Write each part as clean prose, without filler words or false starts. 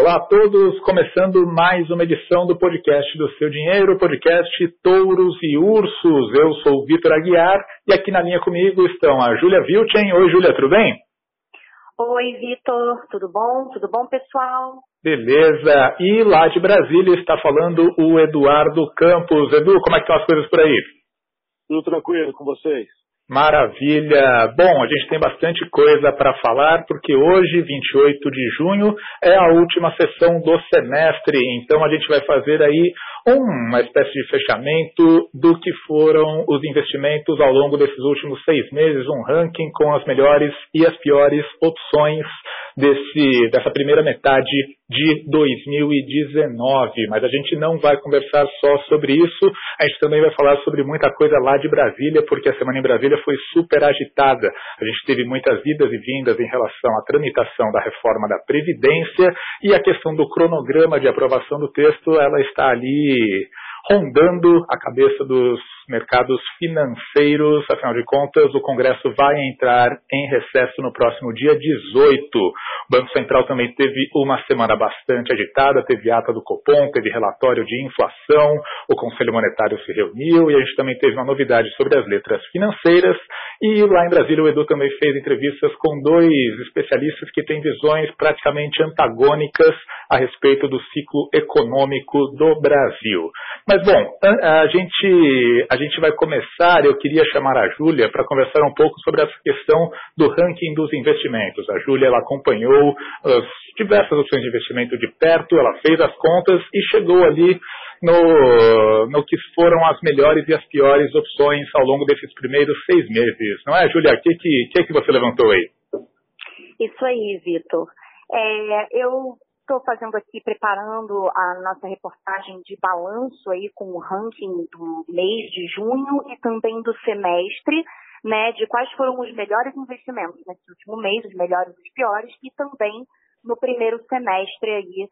Olá a todos, começando mais uma edição do podcast do Seu Dinheiro, podcast Touros e Ursos. Eu sou o Vitor Aguiar e aqui na linha comigo estão a Júlia Vilchen. Oi, Júlia, tudo bem? Oi, Vitor, tudo bom? Tudo bom, pessoal? Beleza, e lá de Brasília está falando o Eduardo Campos. Edu, como é que estão as coisas por aí? Tudo tranquilo com vocês? Maravilha! Bom, a gente tem bastante coisa para falar, porque hoje, 28 de junho, é a última sessão do semestre, então a gente vai fazer aí uma espécie de fechamento do que foram os investimentos ao longo desses últimos 6 meses, um ranking com as melhores e as piores opções dessa primeira metade de 2019, mas a gente não vai conversar só sobre isso, a gente também vai falar sobre muita coisa lá de Brasília, porque a semana em Brasília foi super agitada, a gente teve muitas idas e vindas em relação à tramitação da reforma da Previdência e a questão do cronograma de aprovação do texto, ela está ali rondando a cabeça dos mercados financeiros. Afinal de contas, o Congresso vai entrar em recesso no próximo dia 18. O Banco Central também teve uma semana bastante agitada, teve ata do Copom, teve relatório de inflação, o Conselho Monetário se reuniu e a gente também teve uma novidade sobre as letras financeiras. E lá em Brasília o Edu também fez entrevistas com 2 especialistas que têm visões praticamente antagônicas a respeito do ciclo econômico do Brasil. Mas bom, a gente vai começar, eu queria chamar a Júlia para conversar um pouco sobre essa questão do ranking dos investimentos. A Júlia, ela acompanhou as diversas opções de investimento de perto, ela fez as contas e chegou ali no que foram as melhores e as piores opções ao longo desses primeiros 6 meses. Não é, Júlia? O que você levantou aí? Isso aí, Vitor. Eu estou fazendo aqui, preparando a nossa reportagem de balanço aí com o ranking do mês de junho e também do semestre, né, de quais foram os melhores investimentos nesse último mês, os melhores e os piores, e também no primeiro semestre aí,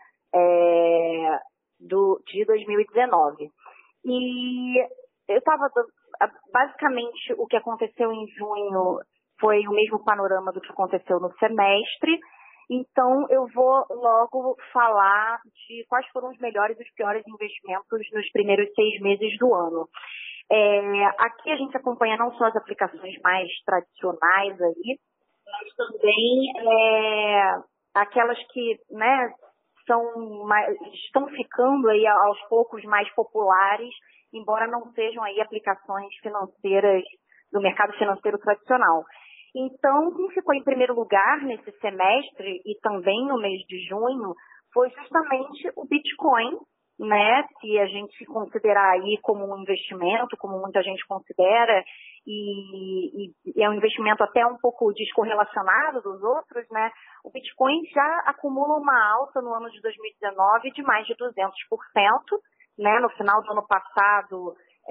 de 2019. E eu estava, basicamente, o que aconteceu em junho foi o mesmo panorama do que aconteceu no semestre. Então, eu vou logo falar de quais foram os melhores e os piores investimentos nos primeiros 6 meses do ano. Aqui a gente acompanha não só as aplicações mais tradicionais aí, mas também aquelas que, né, estão ficando aí aos poucos mais populares, embora não sejam aí aplicações financeiras do mercado financeiro tradicional. Então, quem ficou em primeiro lugar nesse semestre e também no mês de junho foi justamente o Bitcoin, né? Se a gente considerar aí como um investimento, como muita gente considera, e é um investimento até um pouco descorrelacionado dos outros, né? O Bitcoin já acumula uma alta no ano de 2019 de mais de 200%, né? No final do ano passado,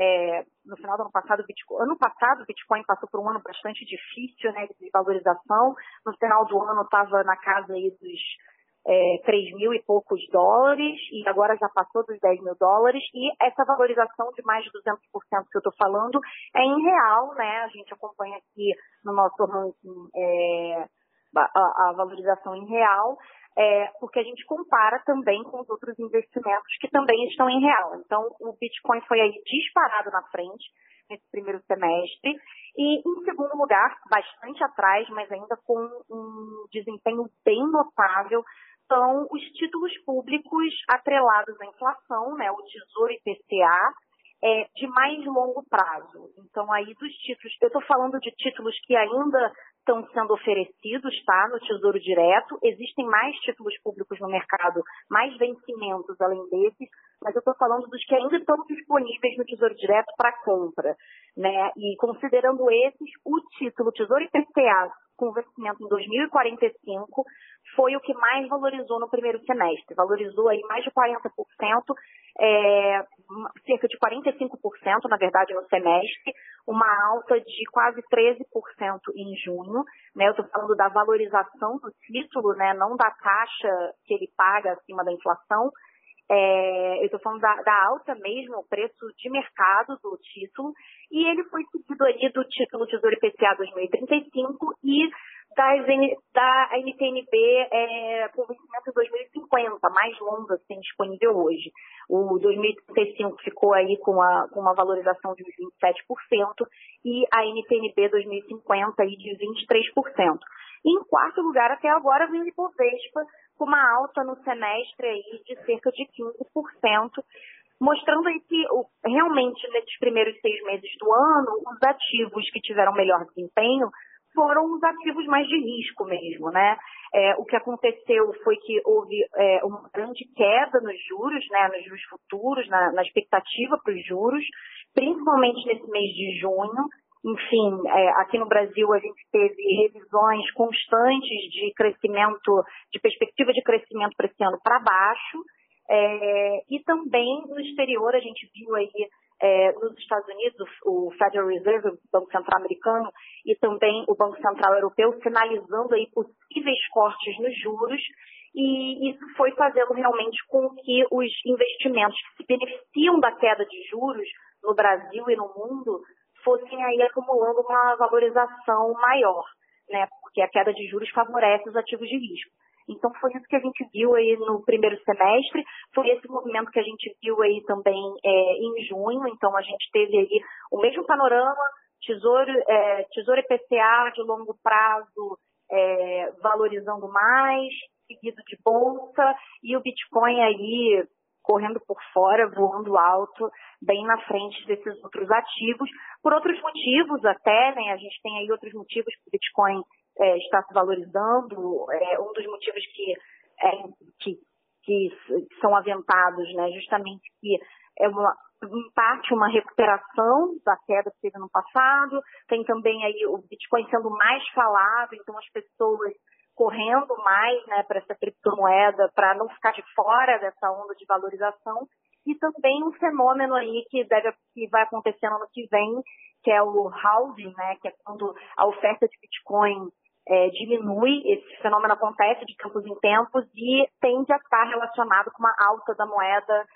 o Bitcoin passou por um ano bastante difícil, né, de desvalorização. No final do ano estava na casa aí dos 3 mil e poucos dólares e agora já passou dos 10 mil dólares. E essa valorização de mais de 200% que eu estou falando é em real, né? A gente acompanha aqui no nosso ranking a valorização em real. Porque a gente compara também com os outros investimentos que também estão em real. Então, o Bitcoin foi aí disparado na frente nesse primeiro semestre. E, em segundo lugar, bastante atrás, mas ainda com um desempenho bem notável, são os títulos públicos atrelados à inflação, né, o Tesouro IPCA, de mais longo prazo. Então, aí dos títulos, eu estou falando de títulos que ainda estão sendo oferecidos, tá, no Tesouro Direto. Existem mais títulos públicos no mercado, mais vencimentos além desses, mas eu estou falando dos que ainda estão disponíveis no Tesouro Direto para compra, né? E considerando esses, o título Tesouro IPCA com vencimento em 2045 foi o que mais valorizou no primeiro semestre. Valorizou aí mais de 40%, cerca de 45%, na verdade, no semestre, uma alta de quase 13% em junho, né? Eu estou falando da valorização do título, né? Não da taxa que ele paga acima da inflação. Eu estou falando da alta mesmo, o preço de mercado do título, e ele foi seguido ali do título Tesouro IPCA 2035 e da NTN-B com vencimento em 2050, mais longa, assim, disponível hoje. O 2035 ficou aí com uma valorização de uns 27% e a NTN-B 2050 aí de 23%. E em quarto lugar, até agora, vem o Ibovespa com uma alta no semestre aí de cerca de 15%, mostrando aí que realmente nesses primeiros 6 meses do ano, os ativos que tiveram melhor desempenho foram os ativos mais de risco mesmo, né? O que aconteceu foi que houve uma grande queda nos juros, né, nos juros futuros, na expectativa para os juros, principalmente nesse mês de junho. Enfim, aqui no Brasil a gente teve revisões constantes de crescimento, de perspectiva de crescimento para esse ano para baixo. E também no exterior a gente viu aí nos Estados Unidos o Federal Reserve, o Banco Central americano, e também o Banco Central europeu sinalizando aí possíveis cortes nos juros, e isso foi fazendo realmente com que os investimentos que se beneficiam da queda de juros no Brasil e no mundo fossem aí acumulando uma valorização maior, né? Porque a queda de juros favorece os ativos de risco. Então, foi isso que a gente viu aí no primeiro semestre, foi esse movimento que a gente viu aí também em junho. Então, a gente teve aí o mesmo panorama, Tesouro IPCA de longo prazo valorizando mais, seguido de bolsa, e o Bitcoin aí correndo por fora, voando alto, bem na frente desses outros ativos. Por outros motivos até, né? A gente tem aí outros motivos que o Bitcoin está se valorizando. Um dos motivos que são aventados, né, justamente que em parte uma recuperação da queda que teve no passado, tem também aí o Bitcoin sendo mais falado, então as pessoas correndo mais, né, para essa criptomoeda, para não ficar de fora dessa onda de valorização, e também um fenômeno aí que vai acontecer no ano que vem, que é o halving, né, que é quando a oferta de Bitcoin diminui. Esse fenômeno acontece de tempos em tempos e tende a estar relacionado com uma alta da moeda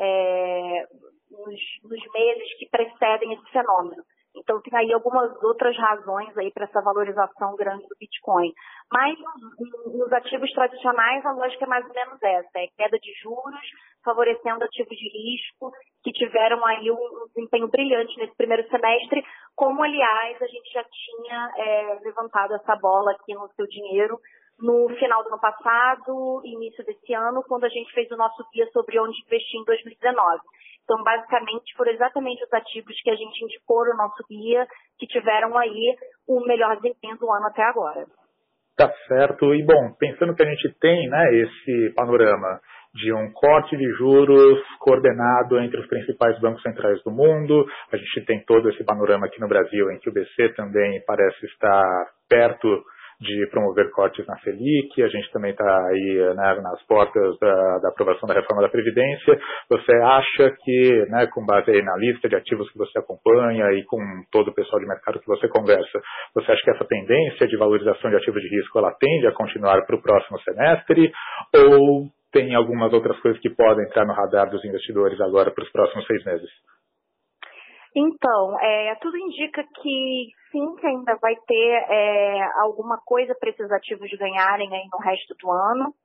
nos meses que precedem esse fenômeno. Então, tem aí algumas outras razões aí para essa valorização grande do Bitcoin. Mas nos ativos tradicionais, a lógica é mais ou menos essa: queda de juros, favorecendo ativos de risco, que tiveram aí um desempenho brilhante nesse primeiro semestre, como, aliás, a gente já tinha levantado essa bola aqui no Seu Dinheiro no final do ano passado, início desse ano, quando a gente fez o nosso guia sobre onde investir em 2019. Então, basicamente, foram exatamente os ativos que a gente indicou no nosso guia que tiveram aí o melhor desempenho do ano até agora. Tá certo. E, bom, pensando que a gente tem, né, esse panorama de um corte de juros coordenado entre os principais bancos centrais do mundo, a gente tem todo esse panorama aqui no Brasil, em que o BC também parece estar perto de promover cortes na Selic, a gente também está aí, né, nas portas da aprovação da reforma da Previdência. Você acha que, né, com base aí na lista de ativos que você acompanha e com todo o pessoal de mercado que você conversa, você acha que essa tendência de valorização de ativos de risco ela tende a continuar para o próximo semestre, ou tem algumas outras coisas que podem entrar no radar dos investidores agora para os próximos 6 meses? Então, tudo indica que sim, que ainda vai ter alguma coisa para esses ativos ganharem aí no resto do ano.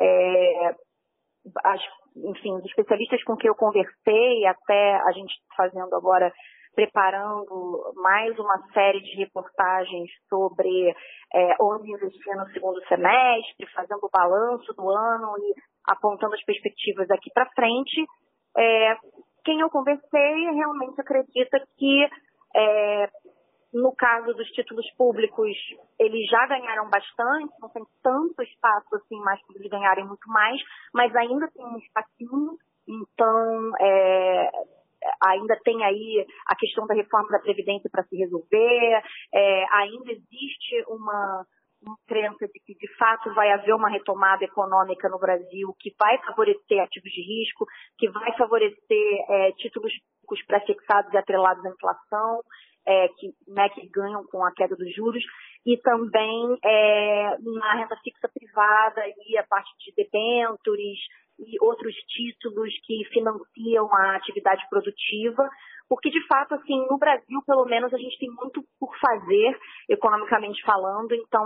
Enfim, os especialistas com quem eu conversei, até a gente fazendo agora, preparando mais uma série de reportagens sobre onde investir no segundo semestre, fazendo o balanço do ano e apontando as perspectivas daqui para frente. Quem eu conversei realmente acredita que, no caso dos títulos públicos, eles já ganharam bastante, não tem tanto espaço assim mais para eles ganharem muito mais, mas ainda tem um espacinho. Então, ainda tem aí a questão da reforma da Previdência para se resolver, ainda existe uma crença de que, de fato, vai haver uma retomada econômica no Brasil que vai favorecer ativos de risco, que vai favorecer títulos públicos pré-fixados e atrelados à inflação, que ganham com a queda dos juros, e também na renda fixa privada, e a parte de debêntures, e outros títulos que financiam a atividade produtiva, porque, de fato, assim, no Brasil, pelo menos, a gente tem muito por fazer, economicamente falando, então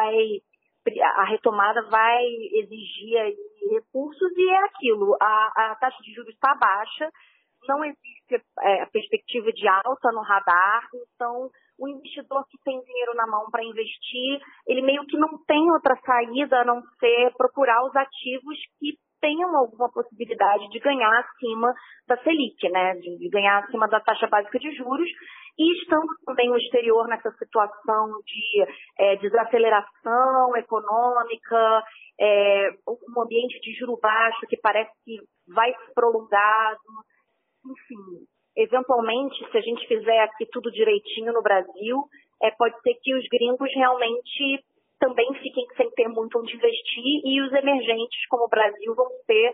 a retomada vai exigir aí recursos e é aquilo, a taxa de juros está baixa, não existe a perspectiva de alta no radar, então o investidor que tem dinheiro na mão para investir, ele meio que não tem outra saída a não ser procurar os ativos que tenham alguma possibilidade de ganhar acima da Selic, né, de ganhar acima da taxa básica de juros, e estando também no exterior nessa situação de desaceleração econômica, um ambiente de juro baixo que parece que vai se prolongar, enfim, eventualmente, se a gente fizer aqui tudo direitinho no Brasil, pode ser que os gringos realmente também fiquem sem ter muito onde investir e os emergentes, como o Brasil, vão ter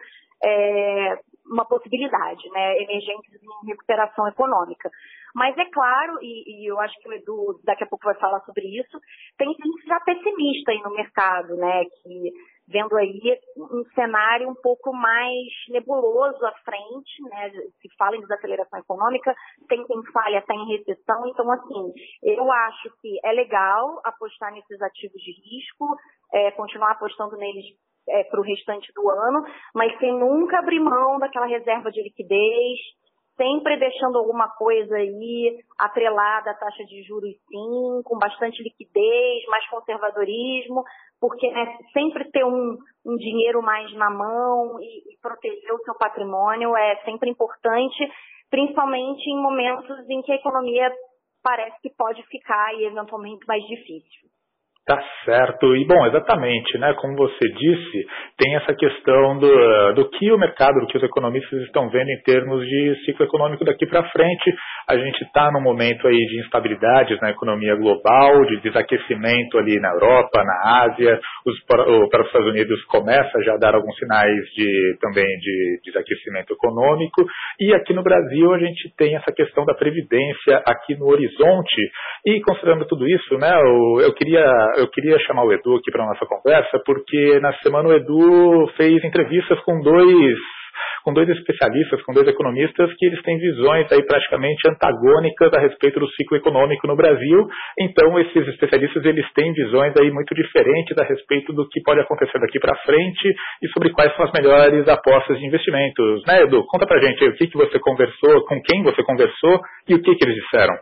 uma possibilidade, né, emergentes em recuperação econômica. Mas é claro, e eu acho que o Edu daqui a pouco vai falar sobre isso, tem gente já pessimista aí no mercado, né, que vendo aí um cenário um pouco mais nebuloso à frente, né? Se fala em desaceleração econômica, tem quem fale até em recessão. Então, assim, eu acho que é legal apostar nesses ativos de risco, continuar apostando neles para o restante do ano, mas sem nunca abrir mão daquela reserva de liquidez, sempre deixando alguma coisa aí atrelada à taxa de juros, sim, com bastante liquidez, mais conservadorismo, porque sempre ter um dinheiro mais na mão e proteger o seu patrimônio é sempre importante, principalmente em momentos em que a economia parece que pode ficar aí, eventualmente mais difícil. Tá certo. E, bom, exatamente, né? Como você disse, tem essa questão do que o mercado, do que os economistas estão vendo em termos de ciclo econômico daqui para frente. A gente está num momento aí de instabilidades na economia global, de desaquecimento ali na Europa, na Ásia. Para os Estados Unidos começa já a dar alguns sinais também de desaquecimento econômico. E aqui no Brasil a gente tem essa questão da previdência aqui no horizonte. E considerando tudo isso, né, eu queria chamar o Edu aqui para a nossa conversa, porque na semana o Edu fez entrevistas com dois especialistas, com dois economistas, que eles têm visões aí praticamente antagônicas a respeito do ciclo econômico no Brasil. Então, esses especialistas, eles têm visões aí muito diferentes a respeito do que pode acontecer daqui para frente e sobre quais são as melhores apostas de investimentos. Né, Edu? Conta pra gente aí o que você conversou, com quem você conversou e o que eles disseram.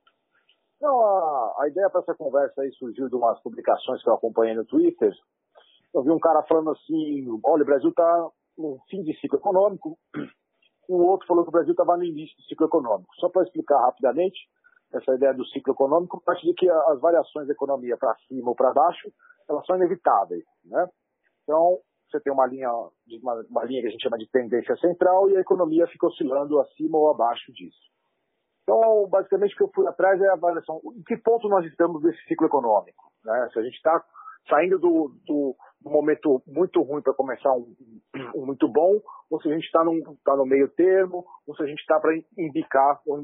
Não, a ideia para essa conversa aí surgiu de umas publicações que eu acompanhei no Twitter. Eu vi um cara falando assim, olha, o Brasil está no fim de ciclo econômico, o outro falou que o Brasil estava no início do ciclo econômico. Só para explicar rapidamente essa ideia do ciclo econômico, parte de que as variações da economia para cima ou para baixo, elas são inevitáveis, né? Então, você tem uma linha que a gente chama de tendência central e a economia fica oscilando acima ou abaixo disso. Então, basicamente, o que eu fui atrás é a avaliação. Em que ponto nós estamos desse ciclo econômico? Né? Se a gente está saindo do momento muito ruim para começar um muito bom, ou se a gente está no meio termo, ou se a gente está para embicar ou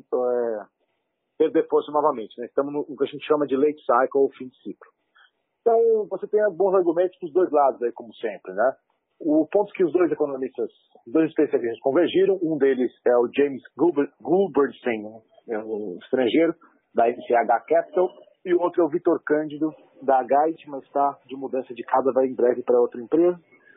perder força novamente. Né? Estamos no que a gente chama de late cycle, ou fim de ciclo. Então, você tem bons argumentos dos dois lados, aí, como sempre. Né? O ponto que os dois especialistas convergiram, um deles é o James Gulbertsen, um estrangeiro, da MCH Capital, e o outro é o Vitor Cândido, da Gait, mas está de mudança de casa, vai em breve para outra empresa.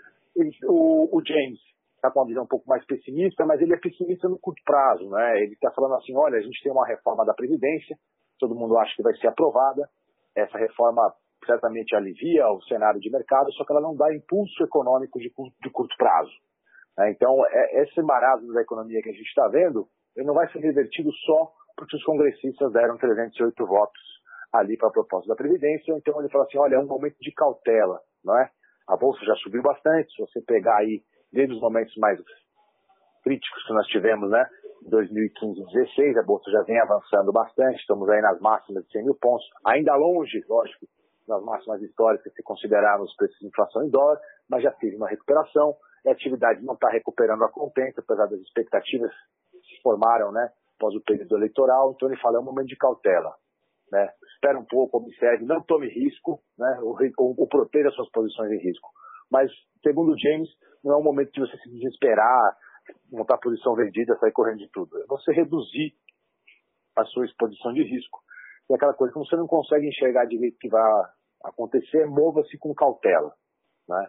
O James está com uma visão um pouco mais pessimista, mas ele é pessimista no curto prazo. Né? Ele está falando assim, olha, a gente tem uma reforma da Previdência, todo mundo acha que vai ser aprovada, essa reforma certamente alivia o cenário de mercado, só que ela não dá impulso econômico de curto prazo. Então, esse marasmo da economia que a gente está vendo, ele não vai ser revertido só porque os congressistas deram 308 votos ali para a proposta da Previdência. Então, ele fala assim, olha, é um momento de cautela, não é? A Bolsa já subiu bastante, se você pegar aí, desde os momentos mais críticos que nós tivemos, né? Em 2015 e 2016, a Bolsa já vem avançando bastante, estamos aí nas máximas de 100 mil pontos, ainda longe, lógico, nas máximas históricas se considerarmos os preços de inflação em dólar, mas já teve uma recuperação, a atividade não está recuperando a contento, apesar das expectativas que se formaram, né, após o período eleitoral. Então ele fala, é um momento de cautela, né? Espera um pouco, observe, não tome risco, né, ou proteja suas posições em risco. Mas, segundo o James, não é um momento de você se desesperar, montar posição vendida, sair correndo de tudo. É você reduzir a sua exposição de risco. E aquela coisa, como você não consegue enxergar direito o que vai acontecer, mova-se com cautela, né?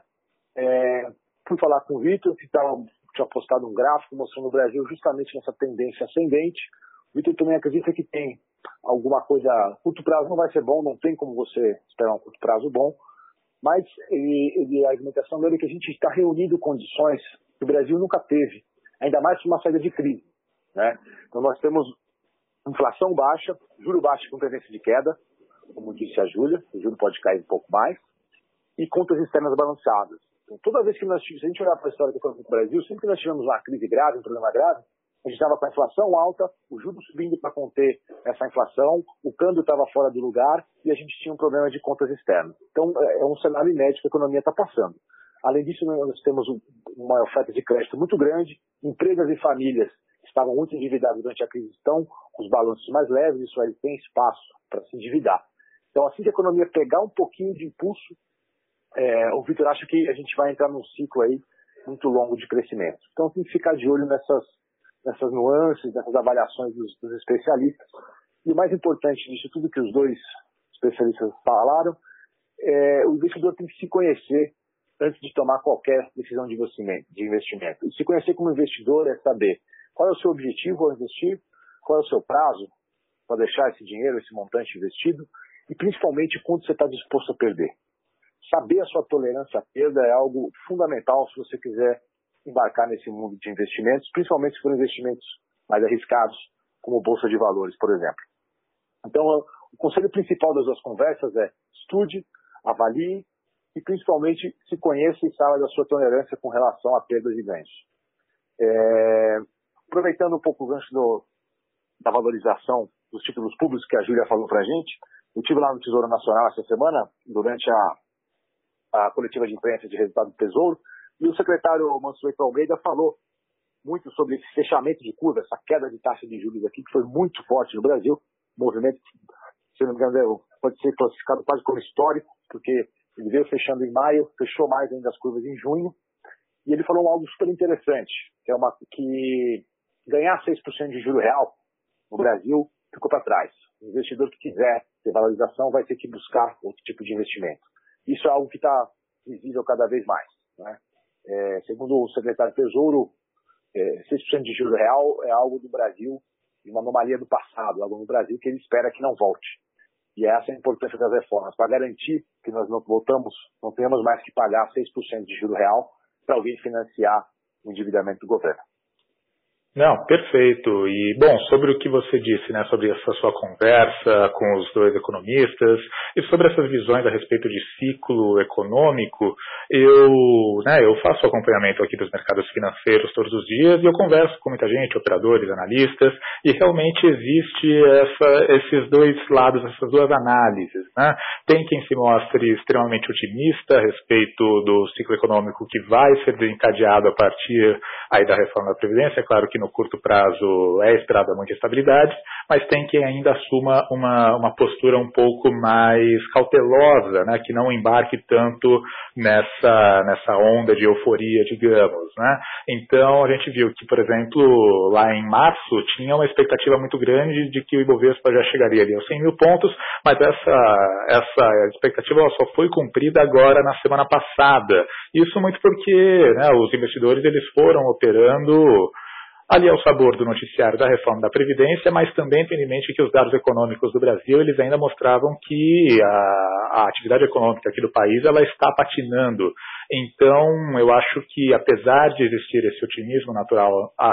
Fui falar com o Vitor, que tinha postado um gráfico mostrando o Brasil justamente nessa tendência ascendente. O Vitor também acredita que tem alguma coisa, curto prazo não vai ser bom, não tem como você esperar um curto prazo bom, mas a argumentação dele é que a gente está reunindo condições que o Brasil nunca teve, ainda mais para uma saída de crise, né? Então nós temos inflação baixa, juro baixo com tendência de queda, como disse a Júlia, o juro pode cair um pouco mais, e contas externas balanceadas. Então, toda vez que se a gente olhar para a história do Brasil, sempre que nós tivemos uma crise grave, um problema grave, a gente estava com a inflação alta, o juro subindo para conter essa inflação, o câmbio estava fora do lugar e a gente tinha um problema de contas externas. Então, é um cenário inédito que a economia está passando. Além disso, nós temos uma oferta de crédito muito grande, empresas e famílias que estavam muito endividadas durante a crise estão com os balanços mais leves, isso aí tem espaço para se endividar. Então, assim que a economia pegar um pouquinho de impulso, o Vitor acha que a gente vai entrar num ciclo aí muito longo de crescimento. Então, tem que ficar de olho nessas nuances, nessas avaliações dos especialistas. E o mais importante disso tudo que os dois especialistas falaram, o investidor tem que se conhecer antes de tomar qualquer decisão de investimento. E se conhecer como investidor é saber qual é o seu objetivo ao investir, qual é o seu prazo para deixar esse dinheiro, esse montante investido, e principalmente quanto você está disposto a perder. Saber a sua tolerância à perda é algo fundamental se você quiser embarcar nesse mundo de investimentos, principalmente se forem investimentos mais arriscados, como Bolsa de Valores, por exemplo. Então, o conselho principal das duas conversas é estude, avalie e principalmente se conheça e saiba da sua tolerância com relação a perdas e ganhos. Aproveitando um pouco o gancho da valorização dos títulos públicos que a Júlia falou para a gente, eu estive lá no Tesouro Nacional essa semana, durante a coletiva de imprensa de resultado do Tesouro, e o secretário Mansueto Almeida falou muito sobre esse fechamento de curva, essa queda de taxa de juros aqui, que foi muito forte no Brasil, movimento, se não me engano, pode ser classificado quase como histórico, porque ele veio fechando em maio, fechou mais ainda as curvas em junho, e ele falou algo super interessante, que ganhar 6% de juro real no Brasil ficou para trás. O investidor que quiser ter valorização vai ter que buscar outro tipo de investimento. Isso é algo que está visível cada vez mais, né? Segundo o secretário do Tesouro, 6% de juro real é algo do Brasil, de uma anomalia do passado, algo no Brasil que ele espera que não volte. E essa é a importância das reformas, para garantir que nós não tenhamos mais que pagar 6% de juro real para alguém financiar o endividamento do governo. Não, perfeito. E, bom, sobre o que você disse, né, sobre essa sua conversa com os dois economistas e sobre essas visões a respeito de ciclo econômico, eu faço acompanhamento aqui dos mercados financeiros todos os dias e eu converso com muita gente, operadores, analistas, e realmente existe esses dois lados, essas duas análises, né? Tem quem se mostre extremamente otimista a respeito do ciclo econômico que vai ser desencadeado a partir aí da reforma da Previdência. É claro que no curto prazo é esperada muita estabilidade, mas tem quem ainda assuma uma postura um pouco mais cautelosa, né, que não embarque tanto nessa onda de euforia, digamos, né? Então a gente viu que, por exemplo, lá em março tinha uma expectativa muito grande de que o Ibovespa já chegaria ali aos 100 mil pontos, mas essa expectativa ela só foi cumprida agora na semana passada. Isso muito porque, né, os investidores eles foram operando ali ao sabor do noticiário da reforma da Previdência, mas também tendo em mente que os dados econômicos do Brasil, eles ainda mostravam que a atividade econômica aqui do país, ela está patinando. Então, eu acho que, apesar de existir esse otimismo natural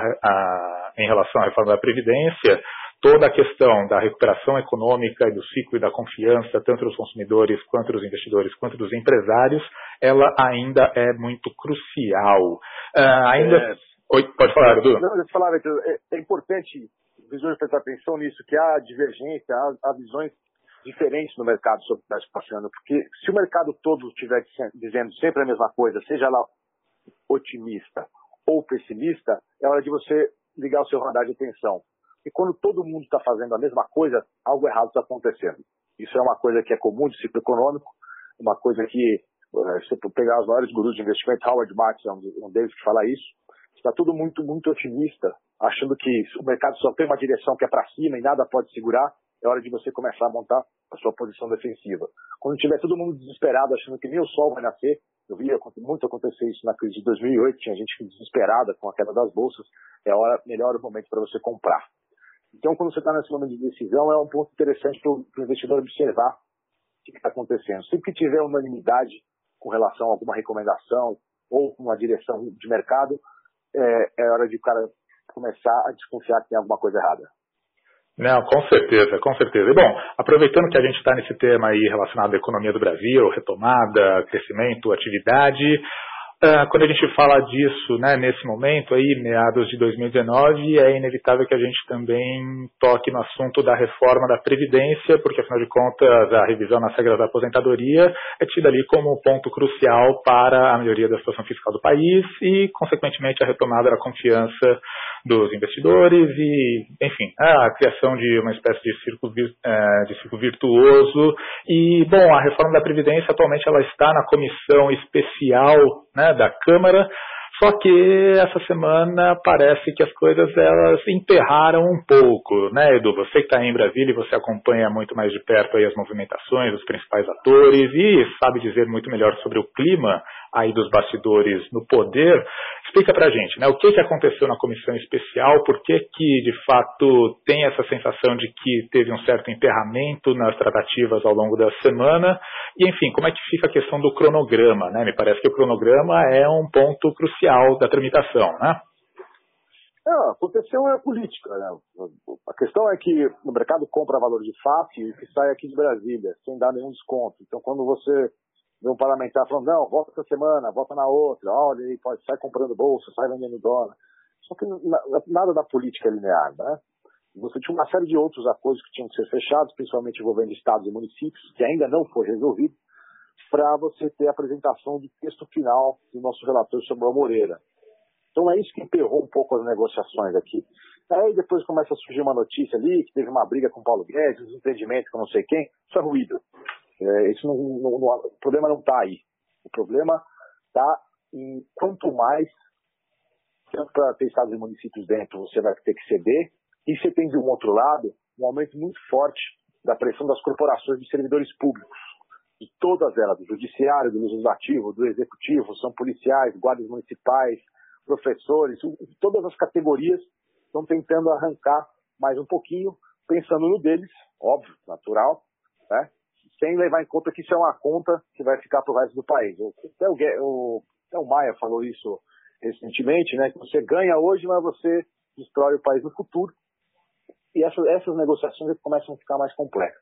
em relação à reforma da Previdência, toda a questão da recuperação econômica e do ciclo e da confiança, tanto dos consumidores, quanto dos investidores, quanto dos empresários, ela ainda é muito crucial. Oi, pode falar, Edu. Não, eu falar, é importante os investidores prestar atenção nisso, que há divergência, há visões diferentes no mercado sobre o que está se passando, porque se o mercado todo estiver dizendo sempre a mesma coisa, seja lá otimista ou pessimista, é hora de você ligar o seu radar de atenção. E quando todo mundo está fazendo a mesma coisa, algo errado está acontecendo. Isso é uma coisa que é comum de ciclo econômico, uma coisa que se você pegar os maiores gurus de investimento, Howard Marks é um deles que fala isso, está tudo muito, muito otimista, achando que o mercado só tem uma direção que é para cima e nada pode segurar, é hora de você começar a montar a sua posição defensiva. Quando tiver todo mundo desesperado, achando que nem o sol vai nascer, eu vi muito acontecer isso na crise de 2008, tinha gente desesperada com a queda das bolsas, melhor o momento para você comprar. Então, quando você está nesse momento de decisão, é um ponto interessante para o investidor observar o que está acontecendo. Sempre que tiver unanimidade com relação a alguma recomendação ou uma direção de mercado, é hora de o cara começar a desconfiar que tem alguma coisa errada. Não, com certeza, com certeza. E bom, aproveitando que a gente está nesse tema aí relacionado à economia do Brasil, retomada, crescimento, atividade, quando a gente fala disso, né, nesse momento aí, meados de 2019, é inevitável que a gente também toque no assunto da reforma da Previdência, porque afinal de contas a revisão nas regras da aposentadoria é tida ali como ponto crucial para a melhoria da situação fiscal do país e, consequentemente, a retomada da confiança dos investidores e, enfim, a criação de uma espécie de círculo virtuoso. E, bom, a reforma da Previdência atualmente ela está na comissão especial, né, da Câmara, só que essa semana parece que as coisas elas emperraram um pouco, né, Edu? Você que está aí em Brasília e você acompanha muito mais de perto aí as movimentações dos principais atores e sabe dizer muito melhor sobre o clima aí dos bastidores no poder. Explica pra gente, né, o que aconteceu na comissão especial, por que de fato tem essa sensação de que teve um certo emperramento nas tratativas ao longo da semana e, enfim, como é que fica a questão do cronograma, né? Me parece que o cronograma é um ponto crucial da tramitação, né? Aconteceu é política, né? A questão é que o mercado compra valor de FAP e que sai aqui de Brasília, sem dar nenhum desconto. Então, quando você vê um parlamentar falando, não, vota essa semana, vota na outra, olha aí, sai comprando bolsa, sai vendendo dólar. Só que nada da política é linear, né? Você tinha uma série de outros acordos que tinham que ser fechados, principalmente envolvendo estados e municípios, que ainda não foi resolvido, para você ter a apresentação do texto final do nosso relator Samuel Moreira. Então é isso que emperrou um pouco as negociações aqui. Aí depois começa a surgir uma notícia ali, que teve uma briga com o Paulo Guedes, um entendimento com não sei quem, isso é ruído. O problema não está aí. O problema está em quanto mais, tanto para ter estados e municípios dentro, você vai ter que ceder, e você tem de um outro lado um aumento muito forte da pressão das corporações de servidores públicos. De todas elas, do judiciário, do legislativo, do executivo, são policiais, guardas municipais, professores, todas as categorias estão tentando arrancar mais um pouquinho, pensando no deles, óbvio, natural, né? Sem levar em conta que isso é uma conta que vai ficar para o resto do país. Até o Maia falou isso recentemente, né? Que você ganha hoje, mas você destrói o país no futuro. E essas negociações começam a ficar mais complexas.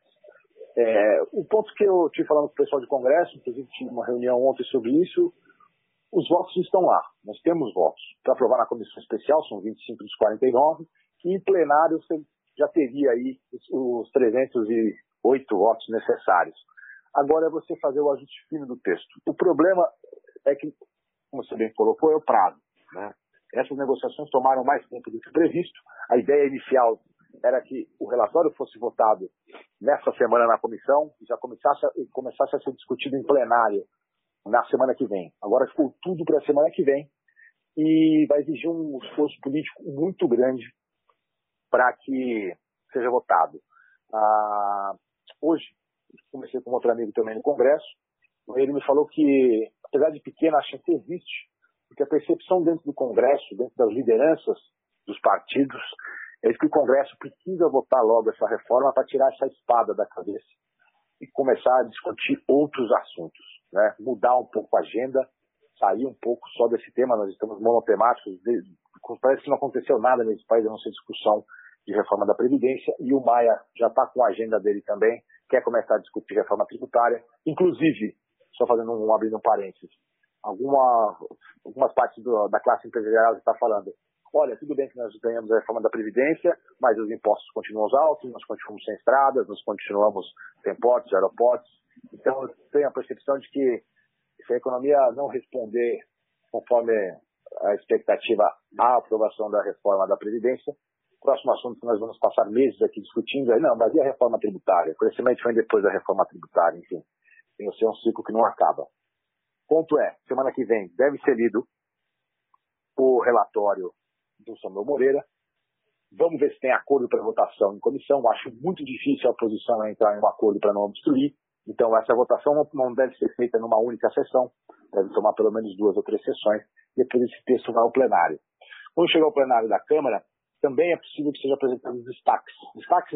O ponto que eu estive falando com o pessoal de Congresso, inclusive tive uma reunião ontem sobre isso, os votos estão lá. Nós temos votos. Para aprovar na comissão especial, são 25 dos 49, e em plenário você já teria aí os 308 votos necessários. Agora é você fazer o ajuste fino do texto. O problema é que, como você bem colocou, é o prazo, né? Essas negociações tomaram mais tempo do que previsto. A ideia inicial era que o relatório fosse votado nessa semana na comissão e já começasse a ser discutido em plenário na semana que vem. Agora ficou tudo para a semana que vem e vai exigir um esforço político muito grande para que seja votado. Hoje, comecei com outro amigo também no Congresso, ele me falou que, apesar de pequena, a chance existe, porque a percepção dentro do Congresso, dentro das lideranças dos partidos, é que o Congresso precisa votar logo essa reforma para tirar essa espada da cabeça e começar a discutir outros assuntos, né? Mudar um pouco a agenda, sair um pouco só desse tema. Nós estamos monotemáticos, parece que não aconteceu nada nesse país, a não ser discussão de reforma da Previdência, e o Maia já está com a agenda dele também, quer começar a discutir reforma tributária, inclusive, só abrindo um parênteses, algumas partes da classe empresarial está falando, olha, tudo bem que nós ganhamos a reforma da Previdência, mas os impostos continuam altos, nós continuamos sem estradas, nós continuamos sem portos, aeroportos. Então, eu tenho a percepção de que se a economia não responder conforme a expectativa à aprovação da reforma da Previdência, o próximo assunto que nós vamos passar meses aqui discutindo é, não, mas e a reforma tributária? O crescimento vem depois da reforma tributária, enfim. Tem que ser um ciclo que não acaba. Ponto é, semana que vem deve ser lido o relatório do Samuel Moreira. Vamos ver se tem acordo para votação em comissão. Acho muito difícil a oposição entrar em um acordo para não obstruir. Então, essa votação não deve ser feita numa única sessão. Deve tomar pelo menos 2 ou 3 sessões. Depois esse texto vai ao plenário. Quando chegar ao plenário da Câmara, também é possível que seja apresentado os destaques. Destaques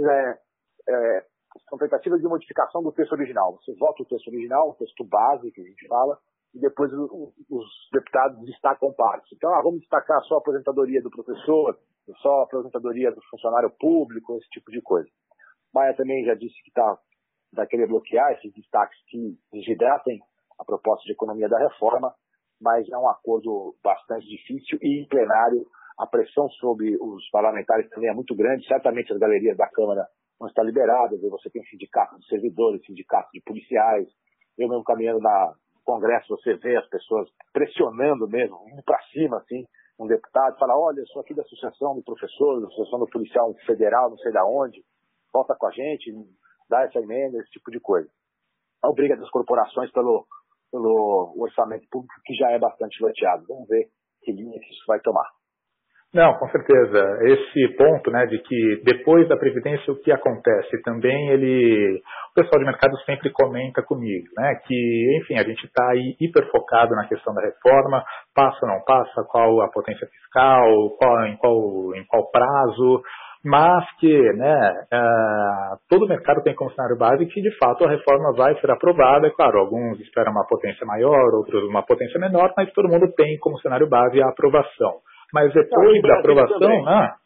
são tentativas de modificação do texto original. Você vota o texto original, o texto base que a gente fala, e depois os deputados destacam partes. Então, vamos destacar só a aposentadoria do professor, só a aposentadoria do funcionário público, esse tipo de coisa. Maia também já disse que vai querer bloquear esses destaques que desidratem a proposta de economia da reforma, mas é um acordo bastante difícil e em plenário a pressão sobre os parlamentares também é muito grande. Certamente as galerias da Câmara não estão liberadas, você tem sindicato de servidores, sindicato de policiais. Eu mesmo caminhando no Congresso, você vê as pessoas pressionando mesmo, indo para cima, assim, um deputado fala, olha, eu sou aqui da Associação do Professor, da Associação do Policial Federal, não sei de onde, volta com a gente, dá essa emenda, esse tipo de coisa. A briga das corporações pelo orçamento público, que já é bastante loteado. Vamos ver que linha que isso vai tomar. Não, com certeza. Esse ponto, né, de que depois da Previdência o que acontece também, o pessoal de mercado sempre comenta comigo, né, que, enfim, a gente está aí hiper focado na questão da reforma, passa ou não passa, qual a potência fiscal, em qual prazo, mas que, né, todo o mercado tem como cenário base que, de fato, a reforma vai ser aprovada. É claro, alguns esperam uma potência maior, outros uma potência menor, mas todo mundo tem como cenário base a aprovação. Mas depois da aprovação,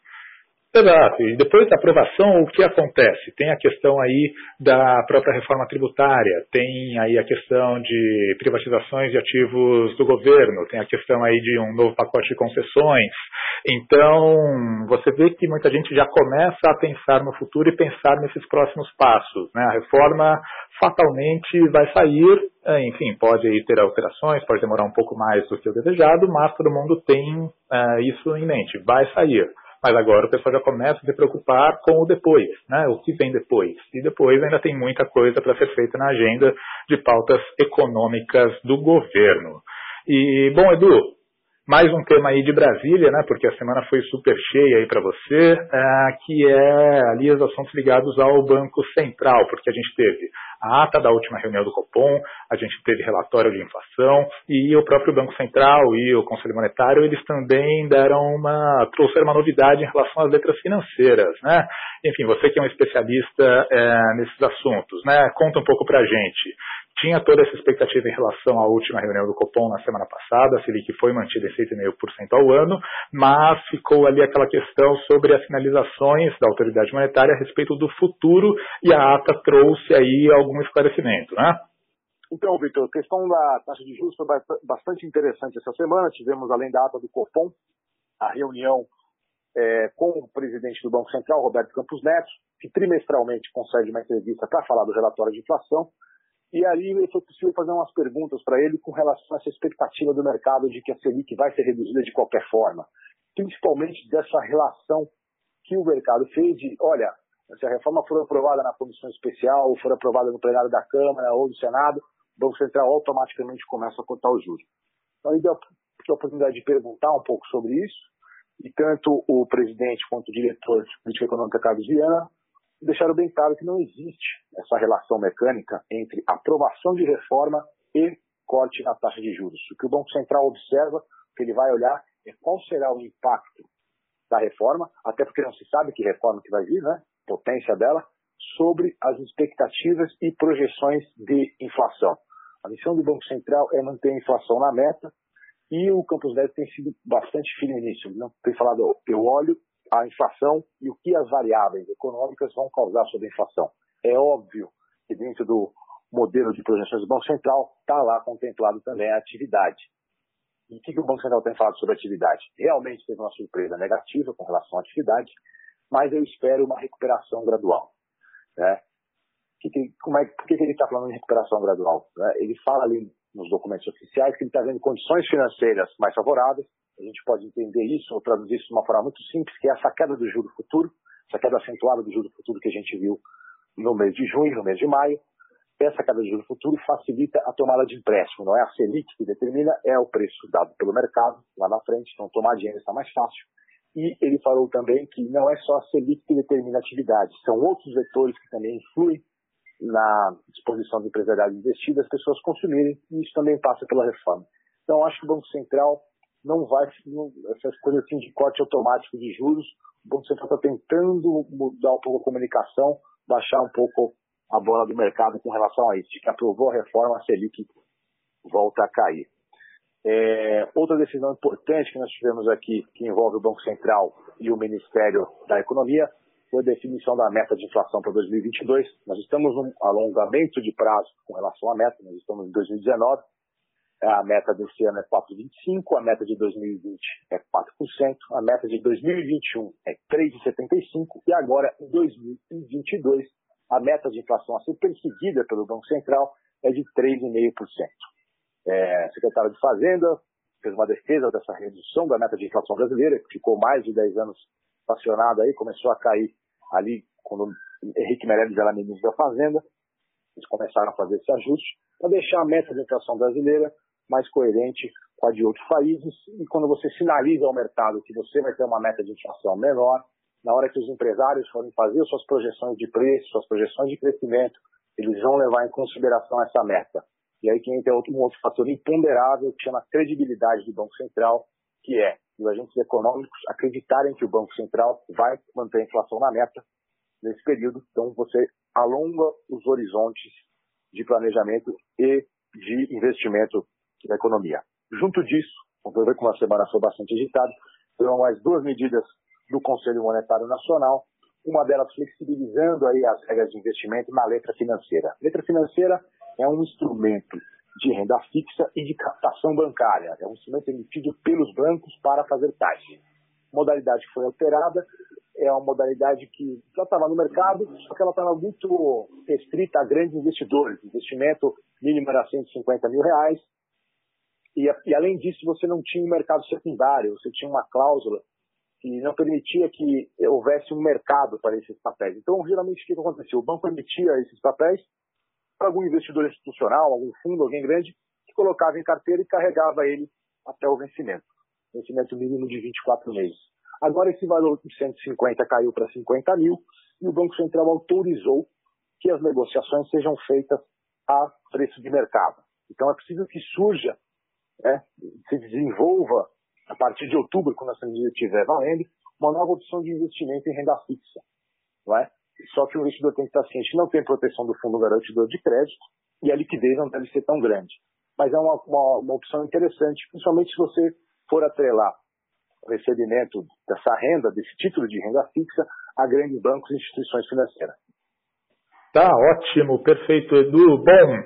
exato, e depois da aprovação o que acontece? Tem a questão aí da própria reforma tributária, tem aí a questão de privatizações de ativos do governo, tem a questão aí de um novo pacote de concessões. Então, você vê que muita gente já começa a pensar no futuro e pensar nesses próximos passos, né? A reforma fatalmente vai sair, enfim, pode aí ter alterações, pode demorar um pouco mais do que o desejado, mas todo mundo tem isso em mente, vai sair. Mas agora o pessoal já começa a se preocupar com o depois, né? O que vem depois. E depois ainda tem muita coisa para ser feita na agenda de pautas econômicas do governo. E, bom, Edu, mais um tema aí de Brasília, né? Porque a semana foi super cheia aí para você, que é ali os assuntos ligados ao Banco Central, porque a gente teve a ata da última reunião do Copom, a gente teve relatório de inflação e o próprio Banco Central e o Conselho Monetário, eles também trouxeram uma novidade em relação às letras financeiras, né? Enfim, você que é um especialista nesses assuntos, né? Conta um pouco pra gente. Tinha toda essa expectativa em relação à última reunião do Copom na semana passada, a Selic foi mantida em 6,5% ao ano, mas ficou ali aquela questão sobre as sinalizações da autoridade monetária a respeito do futuro e a ata trouxe aí algum esclarecimento, né? Então, Vitor, a questão da taxa de juros foi bastante interessante essa semana. Tivemos, além da ata do Copom, a reunião com o presidente do Banco Central, Roberto Campos Neto, que trimestralmente concede uma entrevista para falar do relatório de inflação. E ali foi possível fazer umas perguntas para ele com relação a essa expectativa do mercado de que a Selic vai ser reduzida de qualquer forma. Principalmente dessa relação que o mercado fez de, olha, se a reforma for aprovada na comissão especial, ou for aprovada no plenário da Câmara ou do Senado, o Banco Central automaticamente começa a cortar os juros. Então, ele deu a oportunidade de perguntar um pouco sobre isso, e tanto o presidente quanto o diretor de política econômica, Carlos Viana, deixaram bem claro que não existe essa relação mecânica entre aprovação de reforma e corte na taxa de juros. O que o Banco Central observa, o que ele vai olhar, é qual será o impacto da reforma, até porque não se sabe que reforma que vai vir, né? Potência dela, sobre as expectativas e projeções de inflação. A missão do Banco Central é manter a inflação na meta, e o Campos Neto tem sido bastante firme nisso. Ele não tem falado, eu olho a inflação e o que as variáveis econômicas vão causar sobre a inflação. É óbvio que dentro do modelo de projeções do Banco Central está lá contemplado também a atividade. E o que o Banco Central tem falado sobre a atividade? Realmente teve uma surpresa negativa com relação à atividade, mas eu espero uma recuperação gradual. Né? Por que ele está falando em recuperação gradual? Né? Ele fala ali nos documentos oficiais que ele está vendo condições financeiras mais favoráveis. A gente pode entender isso ou traduzir isso de uma forma muito simples, que é essa queda do juro futuro, essa queda acentuada do juro futuro que a gente viu no mês de junho, no mês de maio. essa queda de juros futuro facilita a tomada de empréstimo. Não é a Selic que determina, é o preço dado pelo mercado lá na frente, então tomar dinheiro está mais fácil. E ele falou também que não é só a Selic que determina a atividade, são outros vetores que também influem na disposição do empresariado investir, das pessoas consumirem, e isso também passa pela reforma. Então, acho que o Banco Central não vai, essas coisas assim de corte automático de juros, o Banco Central está tentando mudar um pouco a comunicação, baixar um pouco a bola do mercado com relação a isso, de que aprovou a reforma, a Selic volta a cair. Outra decisão importante que nós tivemos aqui, que envolve o Banco Central e o Ministério da Economia, foi a definição da meta de inflação para 2022. Nós estamos num alongamento de prazo com relação à meta, nós estamos em 2019, a meta desse ano é 4,25%, a meta de 2020 é 4%, a meta de 2021 é 3,75% e agora, em 2022, a meta de inflação a ser perseguida pelo Banco Central é de 3,5%. O secretário de Fazenda fez uma defesa dessa redução da meta de inflação brasileira, que ficou mais de 10 anos estacionada aí, começou a cair ali quando Henrique Meirelles era ministro da Fazenda. Eles começaram a fazer esse ajuste para deixar a meta de inflação brasileira mais coerente com a de outros países. E quando você sinaliza ao mercado que você vai ter uma meta de inflação menor, na hora que os empresários forem fazer suas projeções de preço, suas projeções de crescimento, eles vão levar em consideração essa meta. E aí que entra um outro fator imponderável que chama credibilidade do Banco Central, que é os agentes econômicos acreditarem que o Banco Central vai manter a inflação na meta nesse período. Então você alonga os horizontes de planejamento e de investimento da economia. Junto disso, vamos ver como a semana foi bastante agitada, foram mais duas medidas do Conselho Monetário Nacional, uma delas flexibilizando aí as regras de investimento na letra financeira. A letra financeira é um instrumento de renda fixa e de captação bancária. É um instrumento emitido pelos bancos para fazer taxa. A modalidade que foi alterada é uma modalidade que já estava no mercado, só que ela estava muito restrita a grandes investidores. O investimento mínimo era R$150 mil. E além disso, você não tinha um mercado secundário, você tinha uma cláusula que não permitia que houvesse um mercado para esses papéis. Então, geralmente, o que acontecia? O banco emitia esses papéis para algum investidor institucional, algum fundo, alguém grande, que colocava em carteira e carregava ele até o vencimento. Vencimento mínimo de 24 meses. Agora, esse valor de 150 caiu para 50 mil e o Banco Central autorizou que as negociações sejam feitas a preço de mercado. Então, é preciso que surja, se desenvolva, a partir de outubro, quando essa medida estiver valendo, uma nova opção de investimento em renda fixa. Não é? Só que o investidor tem que estar ciente que não tem proteção do fundo garantidor de crédito e a liquidez não deve ser tão grande. Mas é uma opção interessante, principalmente se você for atrelar o recebimento dessa renda, desse título de renda fixa, a grandes bancos e instituições financeiras. Tá ótimo, perfeito, Edu. Bom,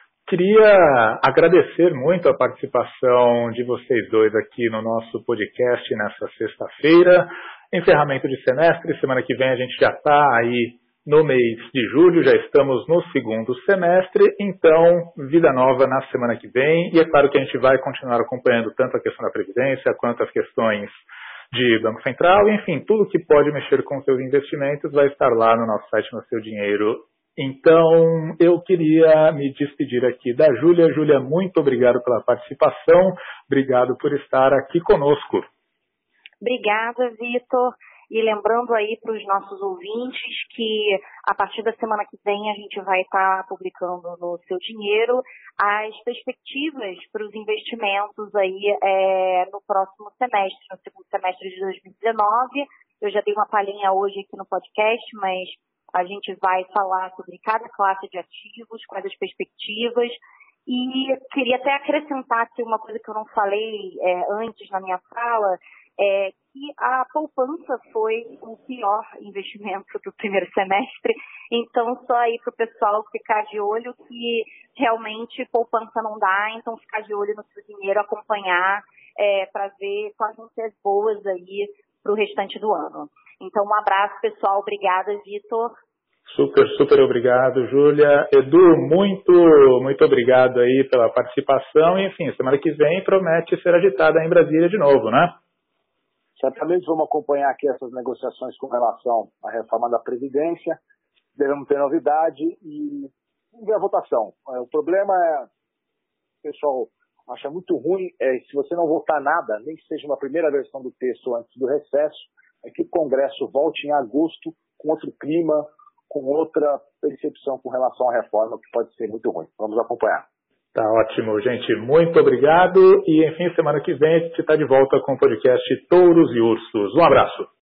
queria agradecer muito a participação de vocês dois aqui no nosso podcast nessa sexta-feira. Encerramento de semestre, semana que vem a gente já está aí no mês de julho, já estamos no segundo semestre, então vida nova na semana que vem. E é claro que a gente vai continuar acompanhando tanto a questão da Previdência quanto as questões de Banco Central, enfim, tudo que pode mexer com seus investimentos vai estar lá no nosso site, no Seu Dinheiro. Então, eu queria me despedir aqui da Júlia. Júlia, muito obrigado pela participação, obrigado por estar aqui conosco. Obrigada, Vitor. E lembrando aí para os nossos ouvintes que a partir da semana que vem a gente vai estar publicando no Seu Dinheiro as perspectivas para os investimentos aí no próximo semestre, no segundo semestre de 2019. Eu já dei uma palhinha hoje aqui no podcast, mas a gente vai falar sobre cada classe de ativos, quais as perspectivas. E queria até acrescentar aqui uma coisa que eu não falei antes na minha fala, que a poupança foi o pior investimento do primeiro semestre. Então, só aí para o pessoal ficar de olho que realmente poupança não dá, então ficar de olho no Seu Dinheiro, acompanhar para ver quais vão ser as boas aí para o restante do ano. Então, um abraço, pessoal. Obrigada, Vitor. Super obrigado, Júlia. Edu, muito obrigado aí pela participação. E, enfim, semana que vem promete ser agitada em Brasília de novo, né? Certamente vamos acompanhar aqui essas negociações com relação à reforma da Previdência. Devemos ter novidade e vamos ver a votação. O problema é, o pessoal acha muito ruim, se você não votar nada, nem que seja uma primeira versão do texto antes do recesso, é que o Congresso volte em agosto com outro clima, com outra percepção com relação à reforma, que pode ser muito ruim. Vamos acompanhar. Tá ótimo, gente. Muito obrigado. E, enfim, semana que vem a gente está de volta com o podcast Touros e Ursos. Um abraço.